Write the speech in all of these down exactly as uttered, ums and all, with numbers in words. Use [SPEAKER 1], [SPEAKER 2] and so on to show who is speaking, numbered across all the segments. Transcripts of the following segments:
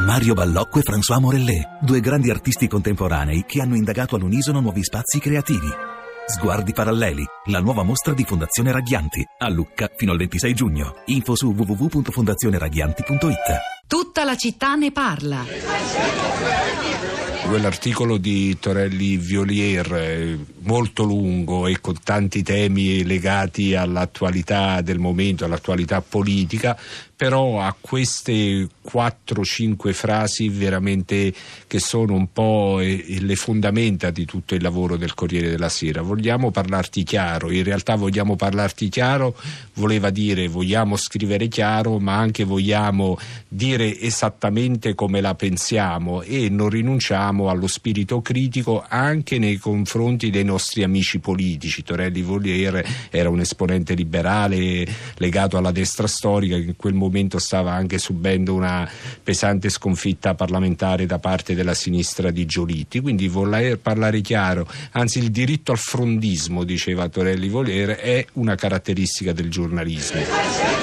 [SPEAKER 1] Mario Ballocco e François Morellet, due grandi artisti contemporanei che hanno indagato all'unisono nuovi spazi creativi. Sguardi paralleli, la nuova mostra di Fondazione Raghianti, a Lucca fino al ventisei giugno. Info su w w w punto fondazione raghianti punto it.
[SPEAKER 2] Tutta la città ne parla.
[SPEAKER 3] Quell'articolo di Torelli Violier, molto lungo e con tanti temi legati all'attualità del momento, all'attualità politica, però ha queste quattro cinque frasi veramente che sono un po' le fondamenta di tutto il lavoro del Corriere della Sera. Vogliamo parlarti chiaro, in realtà vogliamo parlarti chiaro voleva dire vogliamo scrivere chiaro, ma anche vogliamo dire esattamente come la pensiamo e non rinunciamo allo spirito critico anche nei confronti dei nostri amici politici. Torelli Violier era un esponente liberale legato alla destra storica che in quel momento stava anche subendo una pesante sconfitta parlamentare da parte della sinistra di Giolitti, quindi voler parlare chiaro, anzi il diritto al frondismo, diceva Torelli Violier, è una caratteristica del giornalismo.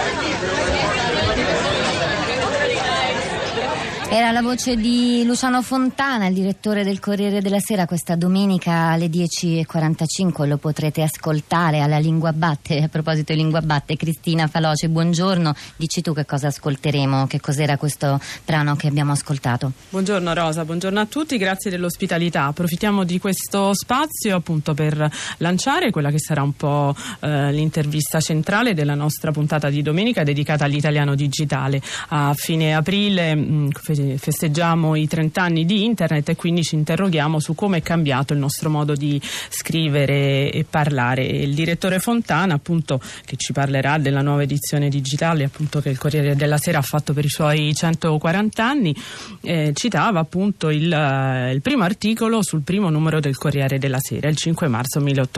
[SPEAKER 4] Era la voce di Luciano Fontana, il direttore del Corriere della Sera. Questa domenica alle dieci e quarantacinque lo potrete ascoltare alla Lingua Batte. A proposito di Lingua Batte, Cristina Faloce, buongiorno. Dici tu che cosa ascolteremo, che cos'era questo brano che abbiamo ascoltato?
[SPEAKER 5] Buongiorno Rosa, buongiorno a tutti, grazie dell'ospitalità. Approfittiamo di questo spazio appunto per lanciare quella che sarà un po' eh, l'intervista centrale della nostra puntata di domenica dedicata all'italiano digitale. A fine aprile mh, festeggiamo i trent'anni di internet e quindi ci interroghiamo su come è cambiato il nostro modo di scrivere e parlare. Il direttore Fontana, appunto, che ci parlerà della nuova edizione digitale appunto che il Corriere della Sera ha fatto per i suoi centoquaranta anni, eh, citava appunto il, il primo articolo sul primo numero del Corriere della Sera, il cinque marzo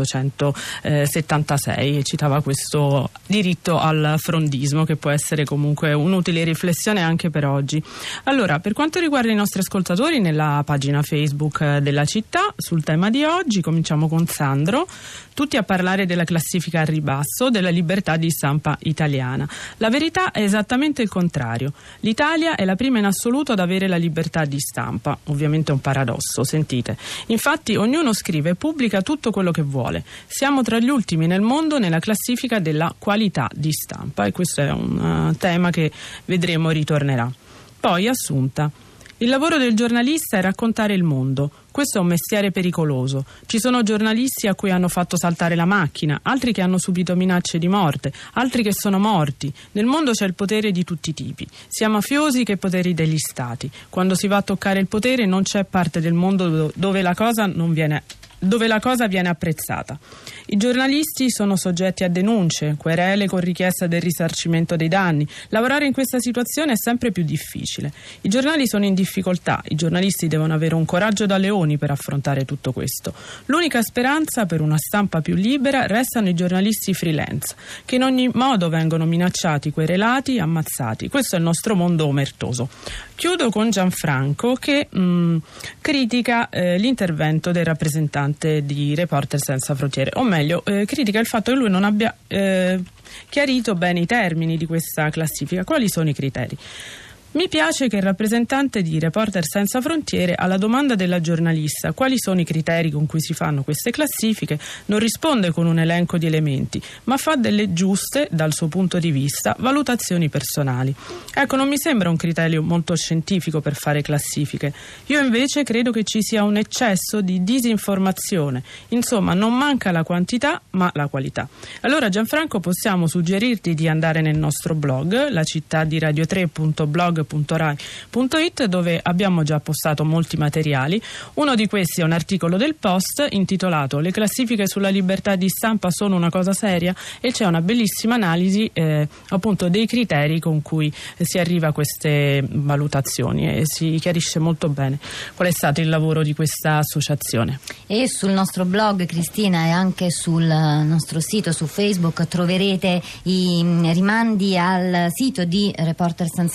[SPEAKER 5] milleottocentosettantasei, e citava questo diritto al frondismo che può essere comunque un'utile riflessione anche per oggi. Allora, per quanto riguarda i nostri ascoltatori, nella pagina Facebook della città, sul tema di oggi, cominciamo con Sandro. Tutti a parlare della classifica al ribasso della libertà di stampa italiana. La verità è esattamente il contrario. L'Italia è la prima in assoluto ad avere la libertà di stampa. Ovviamente è un paradosso, sentite. Infatti ognuno scrive e pubblica tutto quello che vuole. Siamo tra gli ultimi nel mondo nella classifica della qualità di stampa, e questo è un uh, tema che vedremo ritornerà. Poi Assunta. Il lavoro del giornalista è raccontare il mondo. Questo è un mestiere pericoloso. Ci sono giornalisti a cui hanno fatto saltare la macchina, altri che hanno subito minacce di morte, altri che sono morti. Nel mondo c'è il potere di tutti i tipi, sia mafiosi che poteri degli stati. Quando si va a toccare il potere non c'è parte del mondo dove la cosa non viene dove la cosa viene apprezzata. I giornalisti sono soggetti a denunce, querele con richiesta del risarcimento dei danni. Lavorare in questa situazione è sempre più difficile. I giornali sono in difficoltà, i giornalisti devono avere un coraggio da leoni per affrontare tutto questo. L'unica speranza per una stampa più libera restano i giornalisti freelance, che in ogni modo vengono minacciati, querelati, ammazzati. Questo è il nostro mondo omertoso. Chiudo con Gianfranco che mh, critica eh, l'intervento del rappresentante di Reporter Senza Frontiere, o meglio eh, critica il fatto che lui non abbia eh, chiarito bene i termini di questa classifica. Quali sono i criteri? Mi piace che il rappresentante di Reporter Senza Frontiere, alla domanda della giornalista quali sono i criteri con cui si fanno queste classifiche, non risponde con un elenco di elementi, ma fa delle giuste, dal suo punto di vista, valutazioni personali. Ecco, non mi sembra un criterio molto scientifico per fare classifiche. Io invece credo che ci sia un eccesso di disinformazione. Insomma, non manca la quantità, ma la qualità. Allora, Gianfranco, possiamo suggerirti di andare nel nostro blog, la città di radio tre punto blog punto rai punto it, dove abbiamo già postato molti materiali. Uno di questi è un articolo del Post intitolato "Le classifiche sulla libertà di stampa sono una cosa seria", e c'è una bellissima analisi eh, appunto dei criteri con cui si arriva a queste valutazioni, e si chiarisce molto bene qual è stato il lavoro di questa associazione.
[SPEAKER 4] E sul nostro blog, Cristina, e anche sul nostro sito, su Facebook, troverete i rimandi al sito di Reporter Senza Frontiere,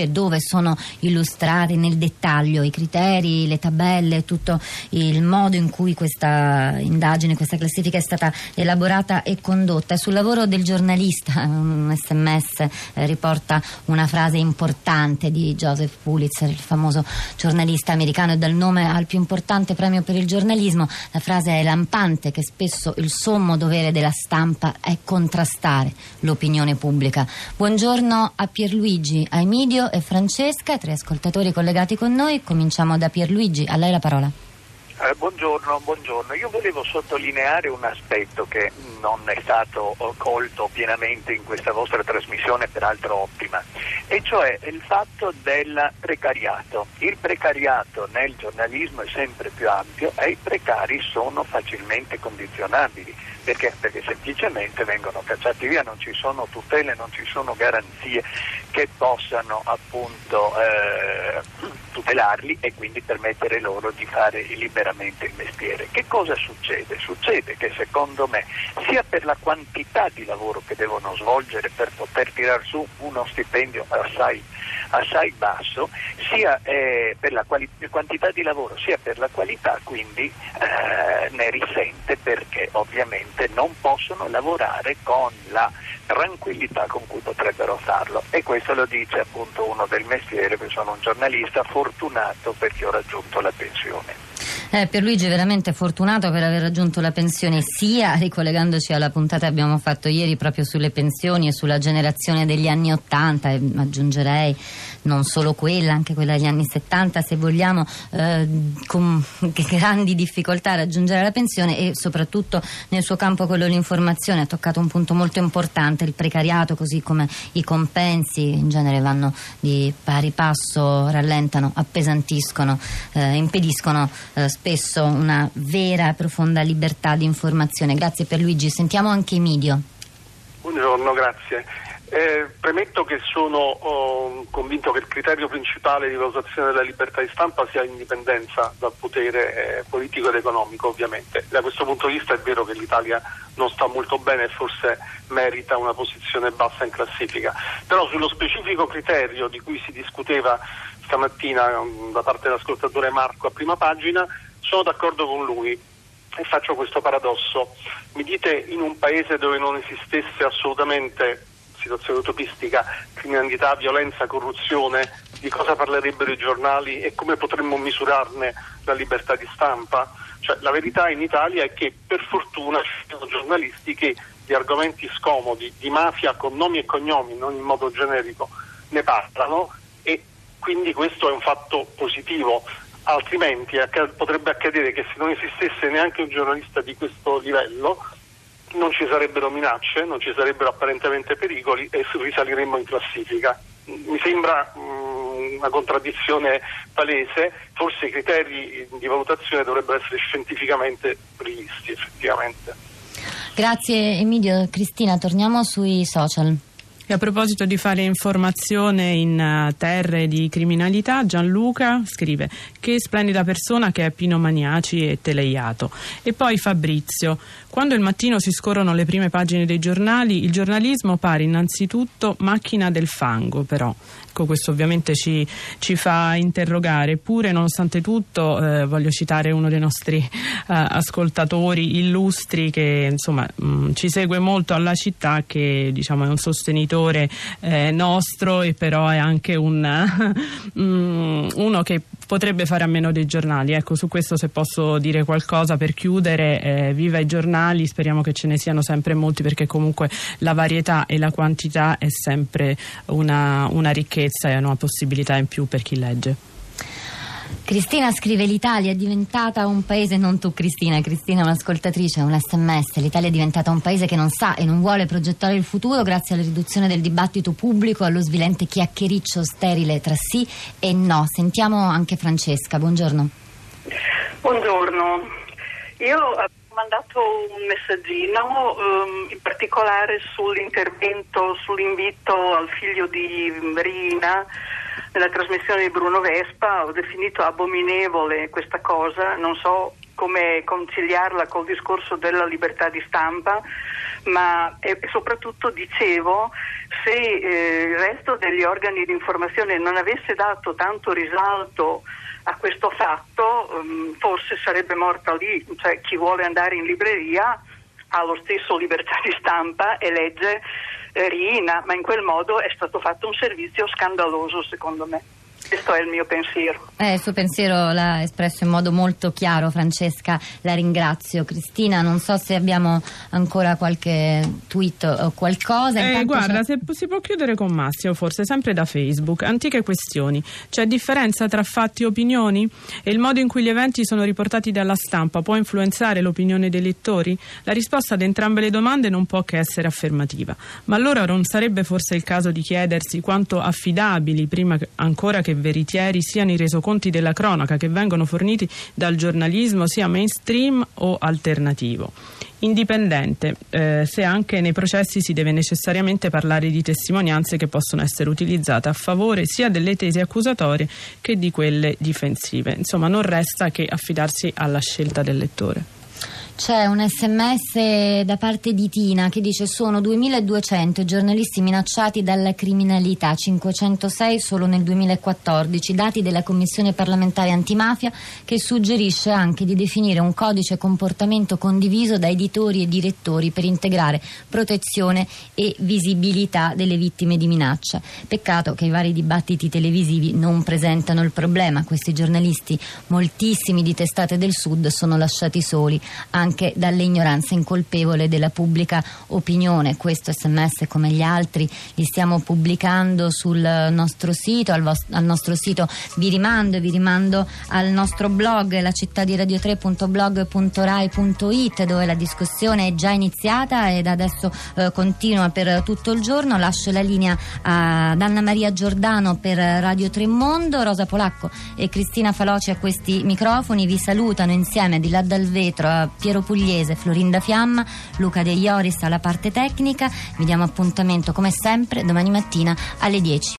[SPEAKER 4] Corriere, dove sono illustrati nel dettaglio i criteri, le tabelle, tutto il modo in cui questa indagine, questa classifica è stata elaborata e condotta. Sul lavoro del giornalista, un sms eh, riporta una frase importante di Joseph Pulitzer, il famoso giornalista americano, e dal nome al più importante premio per il giornalismo. La frase è lampante, che spesso il sommo dovere della stampa è contrastare l'opinione pubblica. Buongiorno a Pierluigi, a Emidio e Francesca, tre ascoltatori collegati con noi. Cominciamo da Pierluigi, a lei la parola.
[SPEAKER 6] Eh, buongiorno, buongiorno. Io volevo sottolineare un aspetto che non è stato colto pienamente in questa vostra trasmissione, peraltro ottima, e cioè il fatto del precariato. Il precariato nel giornalismo è sempre più ampio e i precari sono facilmente condizionabili. Perché? Perché semplicemente vengono cacciati via, non ci sono tutele, non ci sono garanzie che possano appunto eh, tutelarli e quindi permettere loro di fare liberamente il mestiere. Che cosa succede? Succede che secondo me, sia per la quantità di lavoro che devono svolgere per poter tirar su uno stipendio assai, assai basso, sia eh, per la quali- quantità di lavoro sia per la qualità, quindi eh, ne risente, perché ovviamente non possono lavorare con la tranquillità con cui potrebbero farlo, e questo lo dice appunto uno del mestiere, che sono un giornalista fortunato perché ho raggiunto la pensione.
[SPEAKER 4] Eh, Pierluigi è veramente fortunato per aver raggiunto la pensione, sia ricollegandoci alla puntata che abbiamo fatto ieri proprio sulle pensioni e sulla generazione degli anni ottanta, e aggiungerei non solo quella, anche quella degli anni settanta, se vogliamo, eh, con grandi difficoltà a raggiungere la pensione, e soprattutto nel suo campo, quello dell'informazione, ha toccato un punto molto importante, il precariato, così come i compensi in genere vanno di pari passo, rallentano, appesantiscono, eh, impediscono eh, spesso una vera e profonda libertà di informazione. Grazie Pierluigi. Sentiamo anche Emidio.
[SPEAKER 7] Buongiorno, grazie. Eh, premetto che sono oh, convinto che il criterio principale di valutazione della libertà di stampa sia l'indipendenza dal potere eh, politico ed economico, ovviamente. Da questo punto di vista è vero che l'Italia non sta molto bene e forse merita una posizione bassa in classifica, però sullo specifico criterio di cui si discuteva stamattina um, da parte dell'ascoltatore Marco a Prima Pagina, sono d'accordo con lui e faccio questo paradosso. Mi dite, in un paese dove non esistesse assolutamente, situazione utopistica, criminalità, violenza, corruzione, di cosa parlerebbero i giornali e come potremmo misurarne la libertà di stampa? Cioè, la verità in Italia è che per fortuna ci sono giornalisti che di argomenti scomodi, di mafia con nomi e cognomi, non in modo generico, ne parlano, e quindi questo è un fatto positivo. Altrimenti acc- potrebbe accadere che se non esistesse neanche un giornalista di questo livello non ci sarebbero minacce, non ci sarebbero apparentemente pericoli e risaliremmo in classifica. Mi sembra mh, una contraddizione palese, forse i criteri di valutazione dovrebbero essere scientificamente rivisti effettivamente.
[SPEAKER 4] Grazie Emidio. Cristina, torniamo sui social.
[SPEAKER 5] E a proposito di fare informazione in uh, terre di criminalità, Gianluca scrive: che splendida persona che è Pino Maniaci e Teleiato. E poi Fabrizio: quando il mattino si scorrono le prime pagine dei giornali, il giornalismo pare innanzitutto macchina del fango, però. Ecco, questo ovviamente ci, ci fa interrogare. Eppure, nonostante tutto, eh, voglio citare uno dei nostri eh, ascoltatori illustri che insomma mh, ci segue molto alla città, che diciamo è un sostenitore eh, nostro, e però è anche un um, uno che potrebbe fare a meno dei giornali. Ecco, su questo, se posso dire qualcosa per chiudere, eh, viva i giornali, speriamo che ce ne siano sempre molti, perché comunque la varietà e la quantità è sempre una, una ricchezza e una possibilità in più per chi legge.
[SPEAKER 4] Cristina scrive: l'Italia è diventata un paese, non tu Cristina, Cristina è un'ascoltatrice, un sms, l'Italia è diventata un paese che non sa e non vuole progettare il futuro grazie alla riduzione del dibattito pubblico, allo svilente chiacchiericcio sterile tra sì e no. Sentiamo anche Francesca, buongiorno.
[SPEAKER 8] Buongiorno, io ho mandato un messaggino um, in particolare sull'intervento, sull'invito al figlio di Rina nella trasmissione di Bruno Vespa. Ho definito abominevole questa cosa, non so come conciliarla col discorso della libertà di stampa, ma e soprattutto dicevo, se eh, il resto degli organi di informazione non avesse dato tanto risalto a questo fatto, um, forse sarebbe morta lì, cioè chi vuole andare in libreria ha lo stesso libertà di stampa e legge eh, Riina, ma in quel modo è stato fatto un servizio scandaloso, secondo me. Questo è il mio pensiero.
[SPEAKER 4] Eh, il suo pensiero l'ha espresso in modo molto chiaro, Francesca, la ringrazio. Cristina, non so se abbiamo ancora qualche tweet o qualcosa.
[SPEAKER 5] Eh, guarda,
[SPEAKER 4] c'è...
[SPEAKER 5] se si può chiudere con Massimo, forse sempre da Facebook. Antiche questioni. C'è differenza tra fatti e opinioni? E il modo in cui gli eventi sono riportati dalla stampa può influenzare l'opinione dei lettori? La risposta ad entrambe le domande non può che essere affermativa. Ma allora non sarebbe forse il caso di chiedersi quanto affidabili, prima ancora che veritieri, siano i resoconti della cronaca che vengono forniti dal giornalismo sia mainstream o alternativo, indipendente, eh, se anche nei processi si deve necessariamente parlare di testimonianze che possono essere utilizzate a favore sia delle tesi accusatorie che di quelle difensive. Insomma, non resta che affidarsi alla scelta del lettore.
[SPEAKER 4] C'è un sms da parte di Tina che dice: sono duemiladuecento i giornalisti minacciati dalla criminalità, cinquecentosei solo nel duemilaquattordici, dati della Commissione parlamentare antimafia, che suggerisce anche di definire un codice comportamento condiviso da editori e direttori per integrare protezione e visibilità delle vittime di minaccia. Peccato che i vari dibattiti televisivi non presentano il problema. Questi giornalisti, moltissimi di testate del Sud, sono lasciati soli anche anche dall'ignoranza incolpevole della pubblica opinione. Questo sms, come gli altri, li stiamo pubblicando sul nostro sito. Al, vostro, al nostro sito vi rimando e vi rimando al nostro blog, la città di radio tre punto blog punto rai punto it, dove la discussione è già iniziata ed adesso eh, continua per tutto il giorno. Lascio la linea ad Anna Maria Giordano per Radio tre Mondo. Rosa Polacco e Cristina Faloci a questi microfoni vi salutano insieme di là dal vetro a Piero Pugliese, Florinda Fiamma, Luca De Ioris alla parte tecnica. Vi diamo appuntamento come sempre domani mattina alle dieci.